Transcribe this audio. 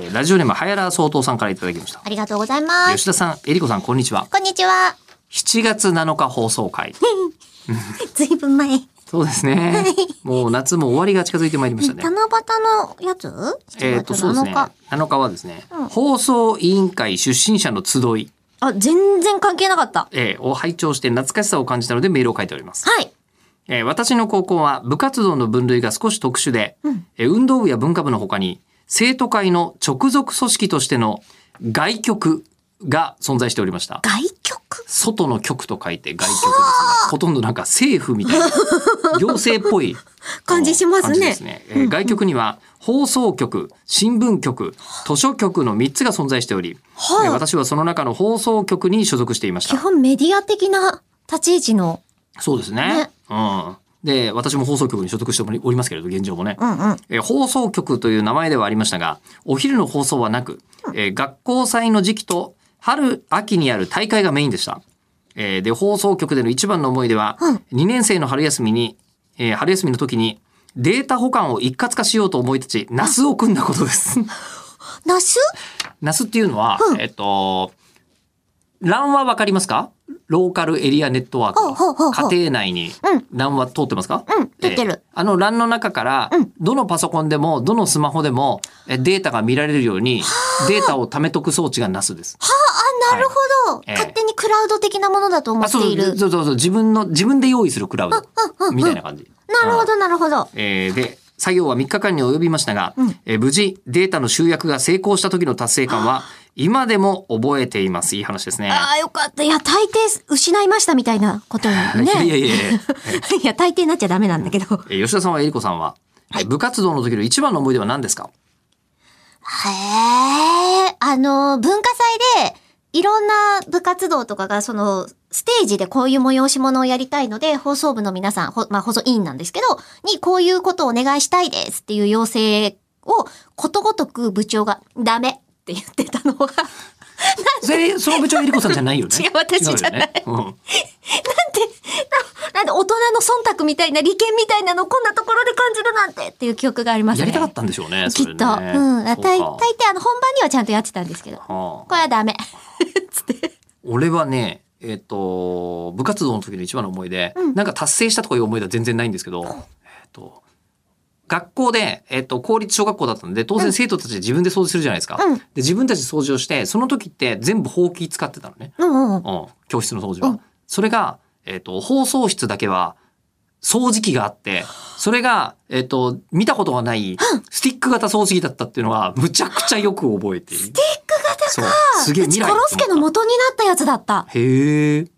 ラジオネームはやら総統さんからいただきました。 ありがとうございます。 吉田さん、えりこさん、こんにちは。 こんにちは。 7月7日放送回。 ずいぶん前。 そうですね。もう夏も終わりが近づいてまいりましたね。 七夕のやつ？7月そうですね。 7日。 7日はですね、放送委員会出身者の集い。 全然関係なかった。 を拝聴して懐かしさを感じたのでメールを書いております。 はい。 私の高校は部活動の分類が少し特殊で、運動部や文化部の他に生徒会の直属組織としての外局が存在しておりました。 外局？ 外の局と書いて外局ですね。ほとんどなんか政府みたいな行政っぽい感じしますね。 感じですね。外局には放送局、新聞局、図書局の3つが存在しており、私はその中の放送局に所属していました。 基本メディア的な立ち位置の。 そうですね。で、私も放送局に所属しておりますけれど、現状もね、放送局という名前ではありましたが、お昼の放送はなく、学校祭の時期と春、秋にある大会がメインでした。で、放送局での一番の思い出は、2年生の春休みの時にデータ保管を一括化しようと思い立ち、ナスを組んだことです。 ナス？ ナスっていうのは、LAN はわかりますか？ローカルエリアネットワーク。家庭内に LAN は通ってますか？ 出てる。 LAN の中から、どのパソコンでも、どのスマホでも、データが見られるように、データを貯めとく装置が NAS です。 なるほど。勝手にクラウド的なものだと思っている。 そう。自分で用意するクラウド。みたいな感じ。 なるほど、なるほど。 で、作業は3日間に及びましたが、無事データの集約が成功した時の達成感は、今でも覚えています。いい話ですね。 よかった。いや、大抵失いましたみたいなことにね。いや、大抵なっちゃダメなんだけど。 吉田さんはえりこさんは、部活動の時の一番の思い出は何ですか？ 文化祭で、いろんな部活動とかが、ステージでこういう催し物をやりたいので、放送部の皆さん、放送委員なんですけど、にこういうことをお願いしたいですっていう要請を、ことごとく部長がダメって言ってたのが、 その部長えりこさんじゃないよね。 違う、私じゃない。なんで大人の忖度みたいな利権みたいなのをこんなところで感じるなんてっていう記憶がありますね。 やりたかったんでしょうね。 きっと。大抵本番にはちゃんとやってたんですけど。これはダメ。つって。 俺はね、部活動の時の一番の思い出、なんか達成したとかいう思い出は全然ないんですけど、学校で、公立小学校だったので、当然生徒たちで自分で掃除するじゃないですか。で、自分たち掃除をして、その時って全部ほうき使ってたのね。教室の掃除は。それが、放送室だけは、掃除機があって、それが、見たことがないスティック型掃除機だったっていうのは、むちゃくちゃよく覚えている。 スティック型か。 そう。すげえ未来。 コロスケの元になったやつだった。 へえ。